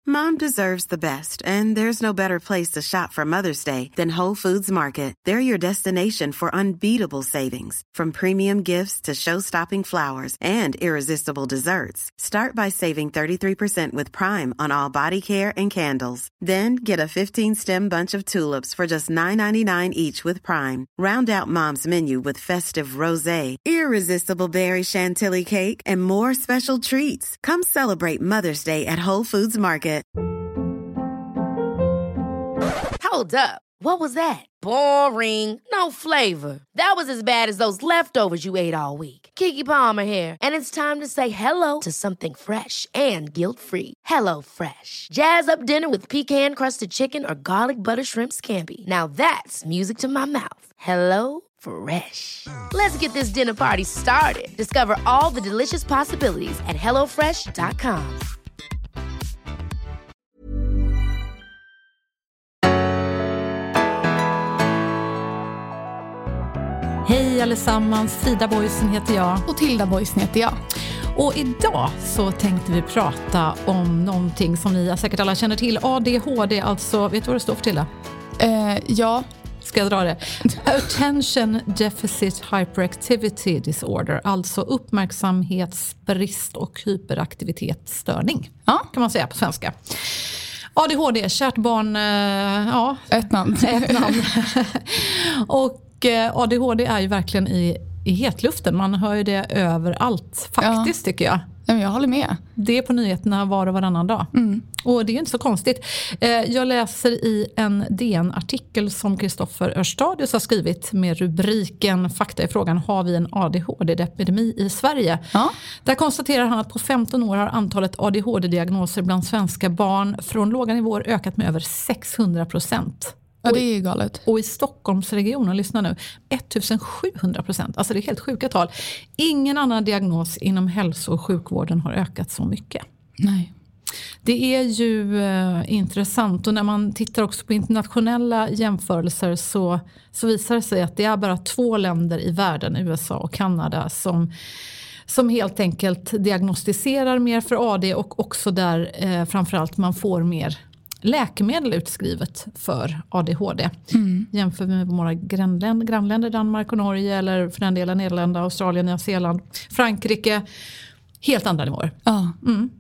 Mom deserves the best, and there's no better place to shop for Mother's Day than Whole Foods Market. They're your destination for unbeatable savings, from premium gifts to show-stopping flowers and irresistible desserts. Start by saving 33% with Prime on all body care and candles. Then get a 15-stem bunch of tulips for just $9.99 each with Prime. Round out Mom's menu with festive rosé, irresistible berry chantilly cake, and more special treats. Come celebrate Mother's Day at Whole Foods Market. Hold up. What was that? Boring. No flavor. That was as bad as those leftovers you ate all week. Keke Palmer here, and it's time to say hello to something fresh and guilt-free. Hello Fresh. Jazz up dinner with pecan-crusted chicken or garlic butter shrimp scampi. Now that's music to my mouth. Hello Fresh. Let's get this dinner party started. Discover all the delicious possibilities at hellofresh.com. Hej allesammans, Frida Boysen heter jag. Och Tilda Boysen heter jag. Och idag så tänkte vi prata om någonting som ni säkert alla känner till. ADHD, alltså, vet du vad det står för, Tilda? Ja. Ska jag dra det? Attention Deficit Hyperactivity Disorder. Alltså uppmärksamhetsbrist och hyperaktivitetsstörning. Ja. Kan man säga på svenska. ADHD, kärt barn, ja. Ett namn. Och ADHD är ju verkligen i hetluften. Man hör ju det överallt faktiskt, tycker jag. Jag håller med. Det är på nyheterna var och varannan dag. Och det är inte så konstigt. Jag läser i en DN-artikel som Kristoffer Örstadius har skrivit med rubriken Fakta i frågan, har vi en ADHD-epidemi i Sverige? Ja. Där konstaterar han att på 15 år har antalet ADHD-diagnoser bland svenska barn från låga nivåer ökat med över 600%. Ja, det är ju galet. Och i Stockholmsregionen, lyssna nu, 1700%. Alltså det är helt sjuka tal. Ingen annan diagnos inom hälso- och sjukvården har ökat så mycket. Nej. Det är ju intressant, och när man tittar också på internationella jämförelser så visar det sig att det är bara 2 länder i världen, USA och Kanada, som helt enkelt diagnostiserar mer för AD, och också där framförallt man får mer läkemedel utskrivet för ADHD. Jämför med våra grannländer Danmark och Norge, eller för den delen Nederländerna, Australien, Nya Zeeland, Frankrike. Helt andra nivåer. Ja.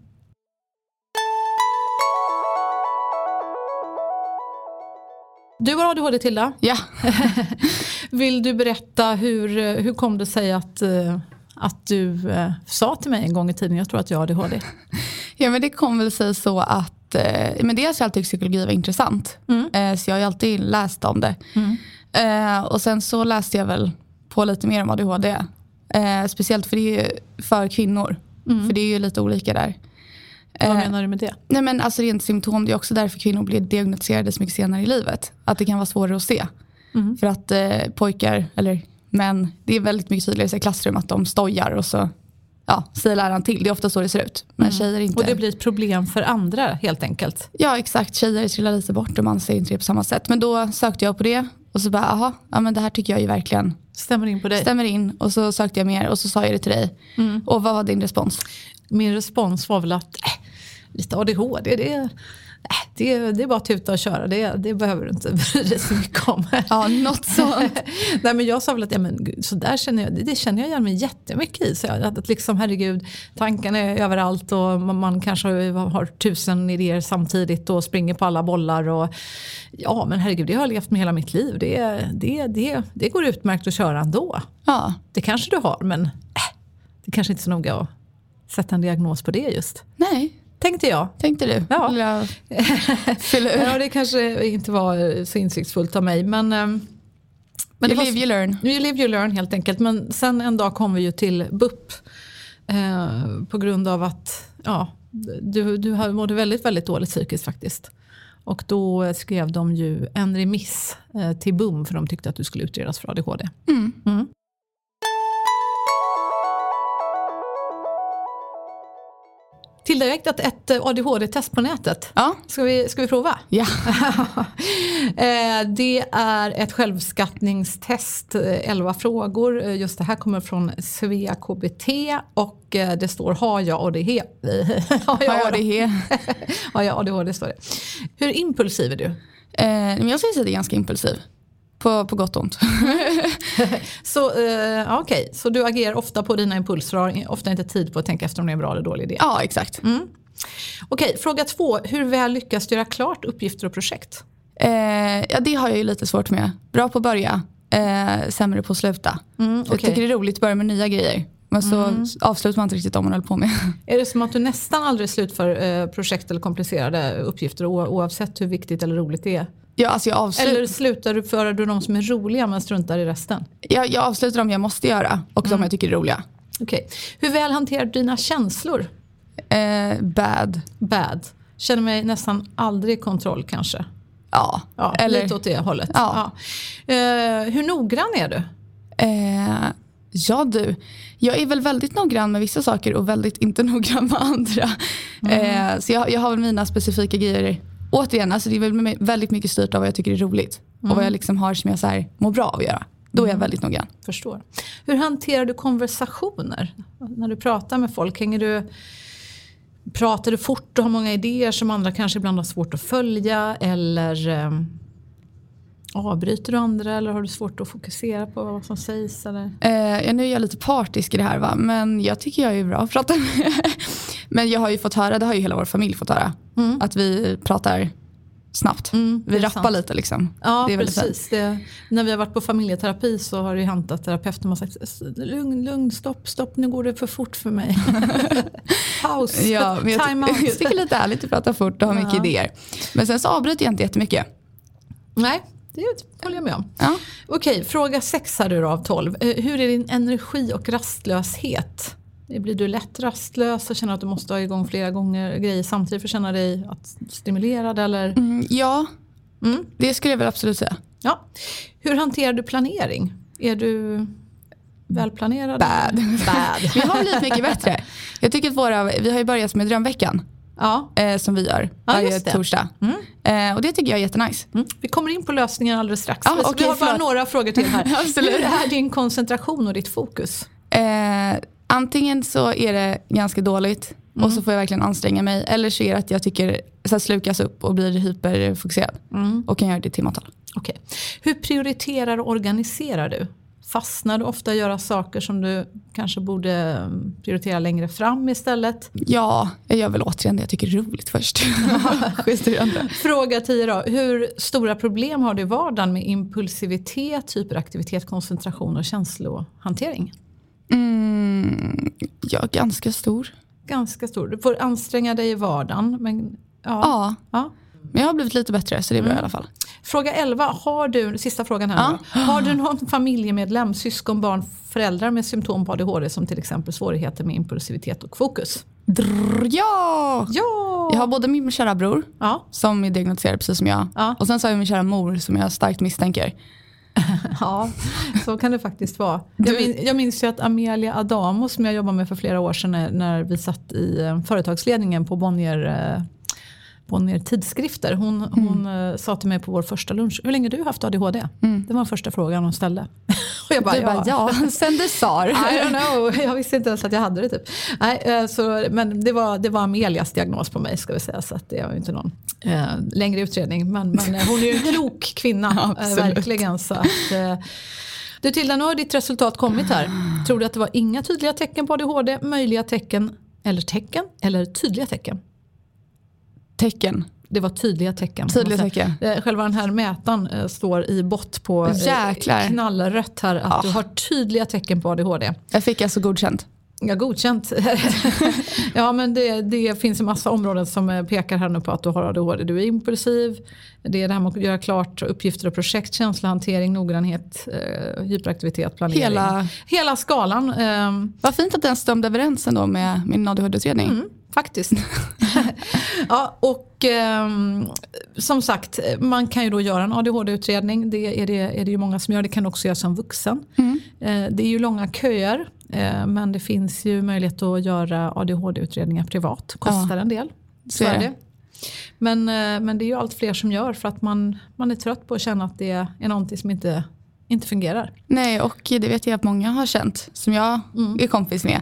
Du har ADHD, Tilda. Ja. Vill du berätta hur kom det sig att du sa till mig en gång i tiden, jag tror att jag har ADHD? Ja, men det kom väl sig så att men dels har jag alltid tyckt psykologi var intressant. Så jag har ju alltid läst om det. Och sen så läste jag väl på lite mer om ADHD. Speciellt för det är ju för kvinnor. För det är ju lite olika där. Vad menar du med det? Nej, men alltså rent symptom, det är också därför kvinnor blir diagnostiserade så mycket senare i livet. Att det kan vara svårare att se. För att pojkar eller män, det är väldigt mycket tydligare i klassrum att de stojar och så säger läraren till. Det är ofta så det ser ut. Men tjejer inte. Och det blir ett problem för andra helt enkelt. Ja, exakt. Tjejer trillar lite bort och man ser inte det på samma sätt. Men då sökte jag på det och så bara, men det här tycker jag ju verkligen stämmer in på dig. Stämmer in. Och så sökte jag mer och så sa jag det till dig. Och vad var din respons? Min respons var väl att lite ADHD, det är bara att tuta och köra. Det behöver du inte bry dig så mycket om. Ja, något sånt. Nej, men jag sa väl att så där känner jag igen mig jättemycket i. Så att liksom, herregud, tankarna är överallt och man kanske har 1000 idéer samtidigt och springer på alla bollar. Och, ja, men herregud, det har jag levt med hela mitt liv. Det går utmärkt att köra ändå. Ja. Det kanske du har, men det kanske inte är så noga att sätta en diagnos på det just. Nej. Tänkte jag. Tänkte du? Ja. Ja, det kanske inte var så insiktsfullt av mig. Men you live you learn. You live you learn helt enkelt. Men sen en dag kom vi ju till BUP. På grund av att du mådde väldigt, väldigt dåligt psykiskt faktiskt. Och då skrev de ju en remiss till BUM, för de tyckte att du skulle utredas för ADHD. Tilda, jag har hittat ett ADHD-test på nätet. Ja. Ska vi prova? Ja. Det är ett självskattningstest, 11 frågor. Just det här kommer från Svea KBT och det står har jag ADHD? Har jag ADHD står det. Hur impulsiv är du? Men jag skulle säga att det är ganska impulsiv. På gott och ont. Så okej. Så du agerar ofta på dina impulser och har ofta inte tid på att tänka efter om det är en bra eller dålig idé. Ja, exakt. Okej, fråga 2. Hur väl lyckas du göra klart uppgifter och projekt? Ja, det har jag ju lite svårt med. Bra på att börja, sämre på att sluta. Jag tycker det är roligt att börja med nya grejer. Men så avslutar man inte riktigt om man håller på med. Är det som att du nästan aldrig slutför projekt eller komplicerade uppgifter oavsett hur viktigt eller roligt det är? Ja, alltså jag Eller slutar du föra de som är roliga men struntar i resten? Jag avslutar dem jag måste göra och de jag tycker är roliga. Okej. Hur väl hanterar du dina känslor? Bad. Känner mig nästan aldrig i kontroll kanske. Ja. Eller lite åt det hållet. Ja. Hur noggrann är du? Ja du, jag är väl väldigt noggrann med vissa saker och väldigt inte noggrann med andra. Så jag har väl mina specifika grejer. Återigen, alltså det är väl väldigt mycket styrt av vad jag tycker är roligt. Och vad jag liksom har som jag så här, mår bra av att göra. Då är jag väldigt noggrann. Förstår. Hur hanterar du konversationer? När du pratar med folk, pratar du fort och har många idéer som andra kanske ibland har svårt att följa? Eller avbryter du andra? Eller har du svårt att fokusera på vad som sägs? Eller? Nu är jag lite partisk i det här, va? Men jag tycker jag är bra att prata med. Men jag har ju fått höra, det har ju hela vår familj fått höra. Att vi pratar snabbt. Vi rappar lite liksom. Ja, det är precis. När vi har varit på familjeterapi så har det ju hänt att terapeuten har sagt lugn, stopp, nu går det för fort för mig. Paus, ja, men time out. Jag tycker lite ärligt att prata fort och ha mycket idéer. Men sen så avbryter jag inte jättemycket. Nej, det håller jag med om. Ja. Okej, fråga 6 här av 12. Hur är din energi och rastlöshet? Blir du lätt rastlös och känner att du måste ha igång flera grejer samtidigt för att känna dig stimulerad? Eller? Ja, det skulle jag väl absolut säga. Ja. Hur hanterar du planering? Är du välplanerad? Bad. Vi har blivit mycket bättre. Jag tycker att vi har ju börjat med drömveckan. Ja. Som vi gör varje torsdag. Och det tycker jag är jättenice. Vi kommer in på lösningen alldeles strax. Okay, vi har bara några frågor till här. Absolut. Hur är din koncentration och ditt fokus? Antingen så är det ganska dåligt och så får jag verkligen anstränga mig. Eller så är det att jag tycker så här, slukas upp och blir hyperfokuserad. Och kan göra det i timtal. Okej. Hur prioriterar och organiserar du? Fastnar du ofta göra saker som du kanske borde prioritera längre fram istället? Ja, jag gör väl återigen det jag tycker är roligt först. Fråga 10 då. Hur stora problem har du i vardagen med impulsivitet, hyperaktivitet, koncentration och känslohantering? Ja, ganska stor. Ganska stor. Du får anstränga dig i vardagen. Men, ja. Men jag har blivit lite bättre så det är bra i alla fall. Fråga 11. Sista frågan här nu. Har du någon familjemedlem, syskon, barn, föräldrar med symptom på ADHD som till exempel svårigheter med impulsivitet och fokus? Ja! Jag har både min kära bror som är diagnostiserad precis som jag. Och sen så har jag min kära mor som jag starkt misstänker. Ja, så kan det faktiskt vara. Jag minns ju att Amelia Adamo som jag jobbade med för flera år sedan när vi satt i företagsledningen på Bonnier tidskrifter. Hon sa till mig på vår första lunch, hur länge har du haft ADHD? Det var den första frågan hon ställde. Och jag bara, sen det sa. I don't know, jag visste inte ens att jag hade det typ. Nej, men det var Amelias diagnos på mig ska vi säga, så att det var inte någon längre utredning. Men hon är ju en klok kvinna, verkligen. Så att, du Tilda, nu har ditt resultat kommit här. Tror du att det var inga tydliga tecken på ADHD, möjliga tecken eller tydliga tecken? Tecken. Det var tydliga tecken. Själva den här mätaren står i bott på knallrött här att du har tydliga tecken på ADHD. Jag fick alltså godkänt. Ja, godkänt. Ja, men det finns en massa områden som pekar här nu på att du har ADHD. Du är impulsiv. Det är det här med att göra klart uppgifter och projekt, känslohantering, noggrannhet, hyperaktivitet, planering. Hela skalan. Vad fint att den stämde överens ändå med min ADHD-utredning. Faktiskt. Ja, och som sagt, man kan ju då göra en ADHD-utredning. Det är det ju många som gör. Det kan också göra som vuxen. Det är ju långa köer Men det finns ju möjlighet att göra ADHD-utredningar privat. Kostar en del. Så är det. Men det är ju allt fler som gör för att man är trött på att känna att det är någonting som inte fungerar. Nej, och det vet jag att många har känt som jag är kompis med.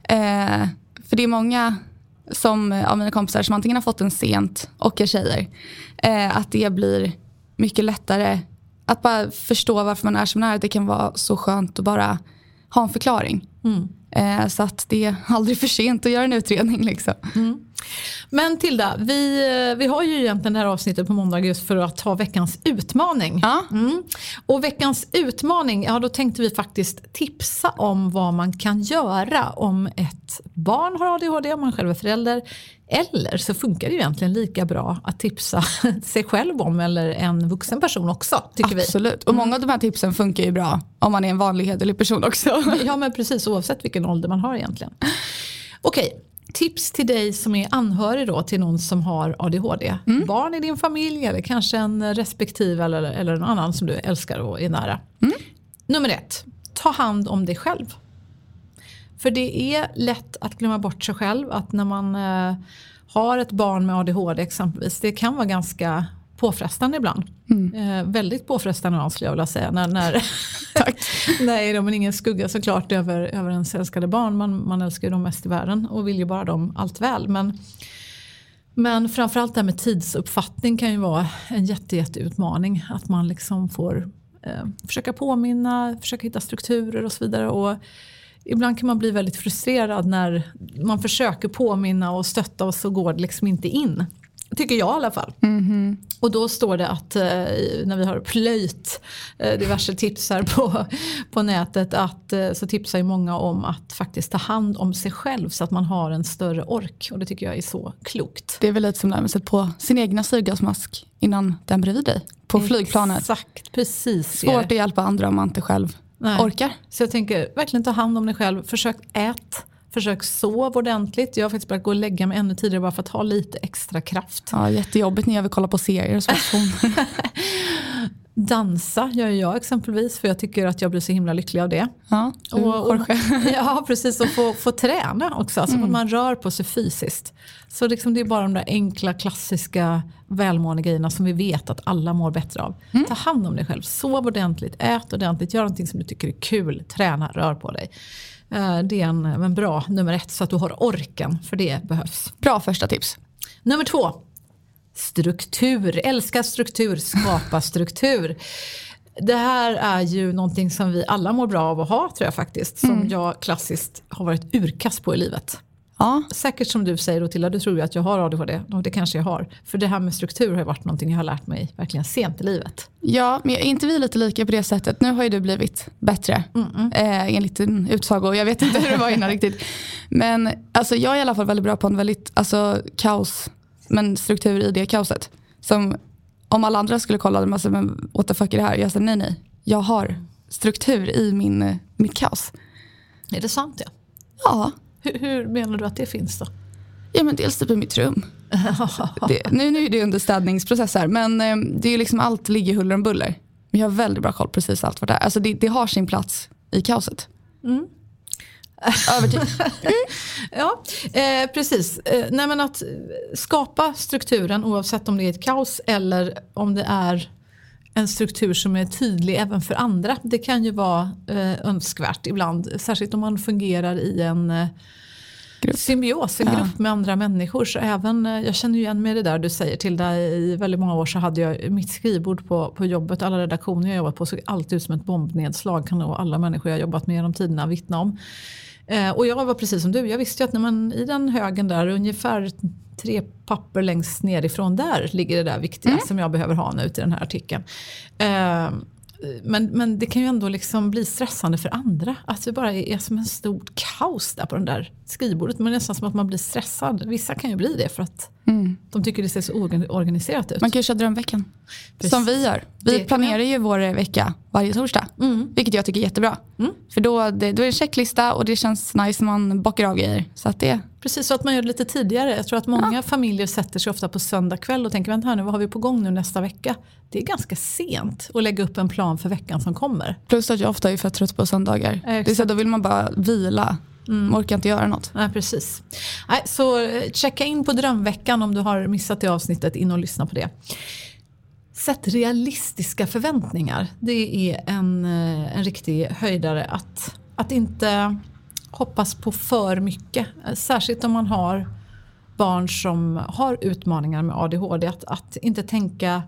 För det är många av mina kompisar som antingen har fått en sent och är tjejer. Att det blir mycket lättare att bara förstå varför man är som man är. Det kan vara så skönt att bara ha en förklaring. Så att det är aldrig för sent att göra en utredning liksom. Men Tilda, vi har ju egentligen det här avsnittet på måndag just för att ta veckans utmaning. Ja. Och veckans utmaning, då tänkte vi faktiskt tipsa om vad man kan göra om ett barn har ADHD, om man själv är förälder. Eller så funkar det ju egentligen lika bra att tipsa sig själv om eller en vuxen person också, tycker vi. Absolut, och många av de här tipsen funkar ju bra om man är en vanlig hederlig person också. Ja, men precis, oavsett vilken ålder man har egentligen. Okej. Tips till dig som är anhörig då till någon som har ADHD. Barn i din familj eller kanske en respektive eller en annan som du älskar och är nära. Nummer 1. Ta hand om dig själv. För det är lätt att glömma bort sig själv. Att när man har ett barn med ADHD exempelvis. Det kan vara ganska påfrestande ibland. Väldigt påfrestande skulle jag vilja säga. Tack. Nej, de är ingen skugga såklart över ens älskade barn. Man älskar ju dem mest i världen och vill ju bara dem allt väl. Men framförallt det här med tidsuppfattning kan ju vara en jätteutmaning. Att man liksom får försöka påminna, försöka hitta strukturer och så vidare. Och ibland kan man bli väldigt frustrerad när man försöker påminna och stötta och så går det liksom inte in. Tycker jag i alla fall. Och då står det att när vi har plöjt diverse tips här på nätet så tipsar ju många om att faktiskt ta hand om sig själv så att man har en större ork. Och det tycker jag är så klokt. Det är väl lite som när man sätter på sin egna syrgasmask innan den bredvid dig på flygplanet. Exakt, precis. Svårt att hjälpa andra om man inte själv orkar. Så jag tänker verkligen ta hand om dig själv. Försök Försök sova ordentligt. Jag har faktiskt börjat gå och lägga mig ännu tidigare bara för att ha lite extra kraft. Ja, jättejobbigt när jag vill kolla på serier. Så Dansa gör jag exempelvis för jag tycker att jag blir så himla lycklig av det. Ja, ja precis. Och få träna också. Alltså att man rör på sig fysiskt. Så liksom det är bara de där enkla, klassiska välmående grejerna som vi vet att alla mår bättre av. Ta hand om dig själv. Sov ordentligt, ät ordentligt, gör någonting som du tycker är kul. Träna, rör på dig. Det är en bra nummer 1 så att du har orken, för det behövs. Bra första tips. Nummer 2. Struktur. Älska struktur, skapa struktur. Det här är ju någonting som vi alla mår bra av att ha, tror jag faktiskt. Som jag klassiskt har varit urkast på i livet. Ja. Säkert som du säger, Tilda, du tror ju att jag har ADHD. Och det kanske jag har. För det här med struktur har varit någonting jag har lärt mig verkligen sent i livet. Ja, men är inte vi lite lika på det sättet? Nu har ju du blivit bättre enligt din utsago. Jag vet inte hur det var innan riktigt. Men alltså, jag är i alla fall väldigt bra på en väldigt kaos, men struktur i det kaoset. Som om alla andra skulle kolla det, alltså, men what the fuck är det här? Jag säger nej. Jag har struktur i mitt kaos. Är det sant? Ja. Ja. Hur menar du att det finns då? Ja, men dels typ i mitt rum. Nu är det under städningsprocess här, men det är liksom allt ligger huller om buller. Men jag har väldigt bra koll precis allt vad det är. Alltså det har sin plats i kaoset. Över tid. Ja, precis. Nej, men att skapa strukturen oavsett om det är ett kaos eller om det är en struktur som är tydlig även för andra. Det kan ju vara önskvärt ibland. Särskilt om man fungerar i en symbios, en grupp med andra människor. Så även, jag känner ju igen med det där du säger till dig. I väldigt många år så hade jag mitt skrivbord på jobbet. Alla redaktioner jag jobbat på såg alltid ut som ett bombnedslag. Kan nog alla människor jag jobbat med genom tiderna vittna om. Och jag var precis som du. Jag visste ju att när man i den högen där ungefär 3 papper längst nerifrån där ligger det där viktiga som jag behöver ha nu till den här artikeln. Men det kan ju ändå liksom bli stressande för andra. Att det bara är som en stor kaos där på den där skrivbordet. Men nästan som att man blir stressad. Vissa kan ju bli det för att de tycker det ser så organiserat ut. Man kan ju köra drömveckan. Precis. Som vi gör. Vi planerar ju vår vecka varje torsdag. Vilket jag tycker är jättebra. För då är det en checklista och det känns nice när man bockar av grejer. Så att det Precis, så att man gör det lite tidigare. Jag tror att många familjer sätter sig ofta på söndag kväll och tänker, vänta här nu, vad har vi på gång nu nästa vecka? Det är ganska sent att lägga upp en plan för veckan som kommer. Plus att jag ofta är för trött på söndagar. Det är så att då vill man bara vila. Man orkar inte göra något. Nej, precis. Nej, så checka in på drömveckan om du har missat det avsnittet, in och lyssna på det. Sätt realistiska förväntningar. Det är en riktig höjdare att inte hoppas på för mycket. Särskilt om man har barn som har utmaningar med ADHD. Att inte tänka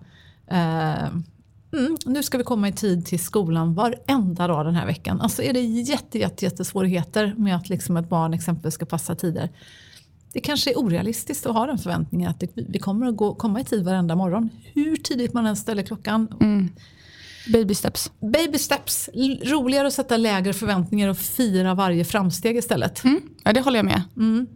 nu ska vi komma i tid till skolan varenda dag den här veckan. Alltså är det jättesvårigheter med att liksom ett barn exempelvis ska passa tider. Det kanske är orealistiskt att ha den förväntningen att vi kommer att komma i tid varenda morgon. Hur tidigt man än ställer klockan. Baby steps. Baby steps. Roligare att sätta lägre förväntningar och fira varje framsteg istället. Ja, det håller jag med.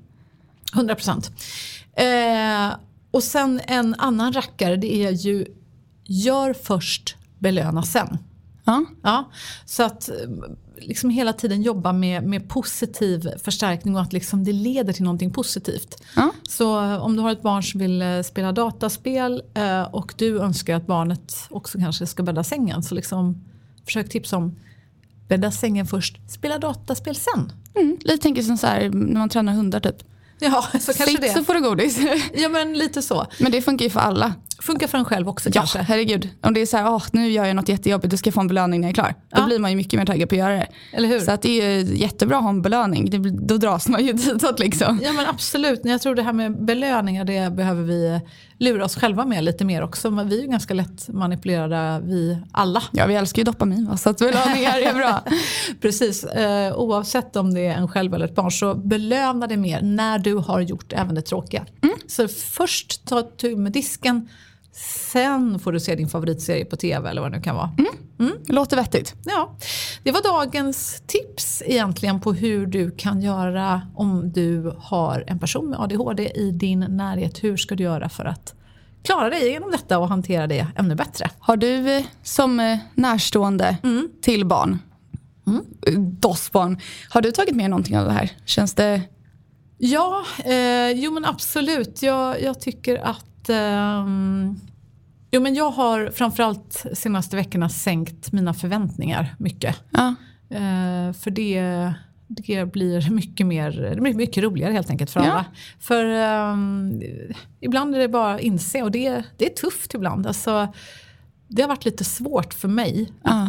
100%. Och sen en annan rackare, det är ju gör först, belöna sen. Ja, så att liksom hela tiden jobba med positiv förstärkning och att liksom det leder till någonting positivt. Så om du har ett barn som vill spela dataspel och du önskar att barnet också kanske ska bädda sängen, så liksom försök tipsa om bädda sängen först, spela dataspel sen. Lite tänker som så här när man tränar hundar typ. Ja, så kanske det. Så får du godis. Ja, men lite så. Men det funkar ju för alla. Funkar för en själv också kanske. Ja, herregud. Om det är så här, nu gör jag något jättejobbigt, då ska jag få en belöning när jag är klar. Då blir man ju mycket mer taggad på att göra det. Eller hur? Så att det är ju jättebra att ha en belöning. Då dras man ju ditåt liksom. Ja, men absolut. Jag tror det här med belöningar, det behöver vi lura oss själva med lite mer också. Men vi är ju ganska lätt manipulerade, vi alla. Ja, vi älskar ju dopamin, så att belöningar är bra. Precis. Oavsett om det är en själv eller ett barn, så belöna det mer när du har gjort även det tråkiga. Så först ta tur med disken, sen får du se din favoritserie på tv eller vad det nu kan vara. Låter vettigt. Ja, det var dagens tips egentligen på hur du kan göra om du har en person med ADHD i din närhet. Hur ska du göra för att klara dig genom detta och hantera det ännu bättre? Har du som närstående till barn, DOS-barn, har du tagit med någonting av det här? Känns det... Ja, jo men absolut. Jag tycker att men jag har framförallt senaste veckorna sänkt mina förväntningar mycket. För det blir mycket roligare helt enkelt för alla. För ibland är det bara att inse, och det är tufft ibland. Alltså, det har varit lite svårt för mig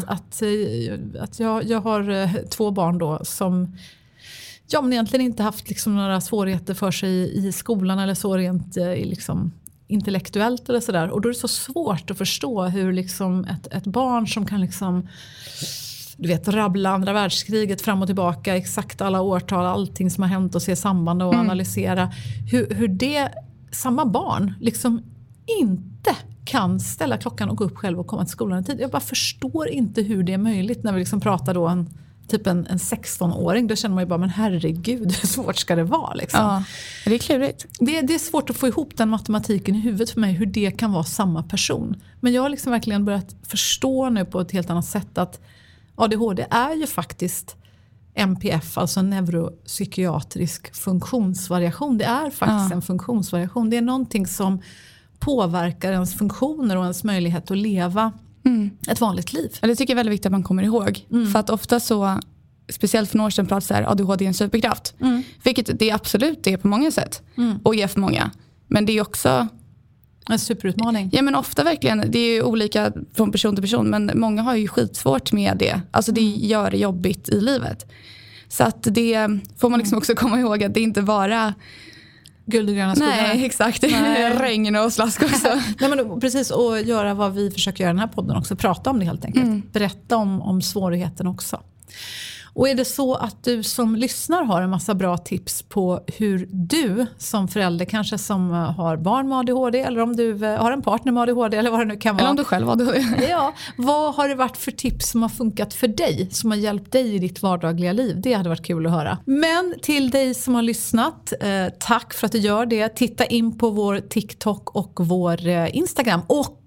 att jag har 2 barn då som men egentligen inte haft liksom några svårigheter för sig i skolan eller så rent liksom intellektuellt eller sådär. Och då är det så svårt att förstå hur liksom ett barn som kan liksom, du vet, rabbla andra världskriget fram och tillbaka, exakt alla årtal, allting som har hänt och se samband och analysera. Hur det, samma barn liksom inte kan ställa klockan och gå upp själv och komma till skolan i tid. Jag bara förstår inte hur det är möjligt när vi liksom pratar då en 16-åring. Då känner man ju bara, men herregud, hur svårt ska det vara liksom. Ja, det är klurigt. Det är svårt att få ihop den matematiken i huvudet för mig, hur det kan vara samma person. Men jag har liksom verkligen börjat förstå nu på ett helt annat sätt att ADHD är ju faktiskt NPF, alltså neuropsykiatrisk funktionsvariation. Det är faktiskt en funktionsvariation. Det är någonting som påverkar ens funktioner och ens möjlighet att leva ett vanligt liv. Ja, det tycker jag är väldigt viktigt att man kommer ihåg. För att ofta så, speciellt för några år sedan, pratar så här, ADHD är en superkraft. Vilket det absolut är på många sätt. Och är för många. Men det är också en superutmaning. Ja, men ofta verkligen. Det är ju olika från person till person. Men många har ju skitsvårt med det. Alltså det gör det jobbigt i livet. Så att det får man liksom också komma ihåg att det inte bara guld och gröna skogar. Nej, exakt. Nej. Regn och slask också. Nej, men precis, och göra vad vi försöker göra i den här podden också. Prata om det helt enkelt. Berätta om svårigheten också. Och är det så att du som lyssnar har en massa bra tips på hur du som förälder, kanske som har barn med ADHD, eller om du har en partner med ADHD eller vad det nu kan vara. Eller om du själv har ADHD. Ja, vad har det varit för tips som har funkat för dig, som har hjälpt dig i ditt vardagliga liv? Det hade varit kul att höra. Men till dig som har lyssnat, tack för att du gör det. Titta in på vår TikTok och vår Instagram och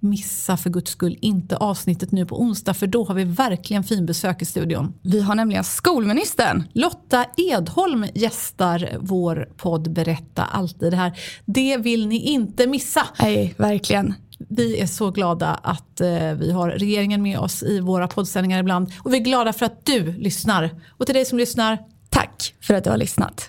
missa för Guds skull inte avsnittet nu på onsdag, för då har vi verkligen fin besök i studion. Vi har nämligen skolministern. Lotta Edholm gästar vår podd Berätta alltid det här. Det vill ni inte missa. Nej, verkligen. Vi är så glada att vi har regeringen med oss i våra poddsändningar ibland. Och vi är glada för att du lyssnar. Och till dig som lyssnar, tack för att du har lyssnat.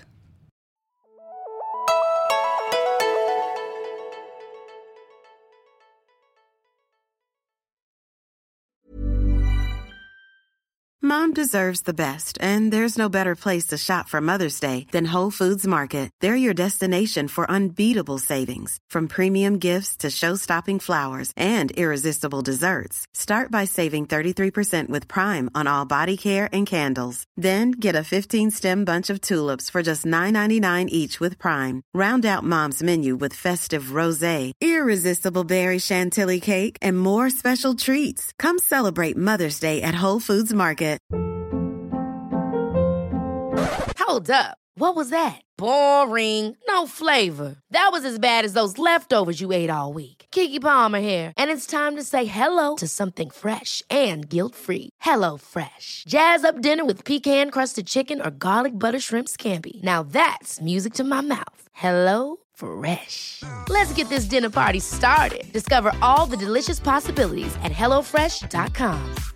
Mom deserves the best, and there's no better place to shop for Mother's Day than Whole Foods Market. They're your destination for unbeatable savings, from premium gifts to show-stopping flowers and irresistible desserts. Start by saving 33% with Prime on all body care and candles. Then get a 15-stem bunch of tulips for just $9.99 each with Prime. Round out Mom's menu with festive rosé, irresistible berry chantilly cake, and more special treats. Come celebrate Mother's Day at Whole Foods Market. Hold up. What was that? Boring. No flavor. That was as bad as those leftovers you ate all week. Keke Palmer here, and it's time to say hello to something fresh and guilt-free. Hello Fresh. Jazz up dinner with pecan-crusted chicken or garlic butter shrimp scampi. Now that's music to my mouth. Hello Fresh. Let's get this dinner party started. Discover all the delicious possibilities at HelloFresh.com.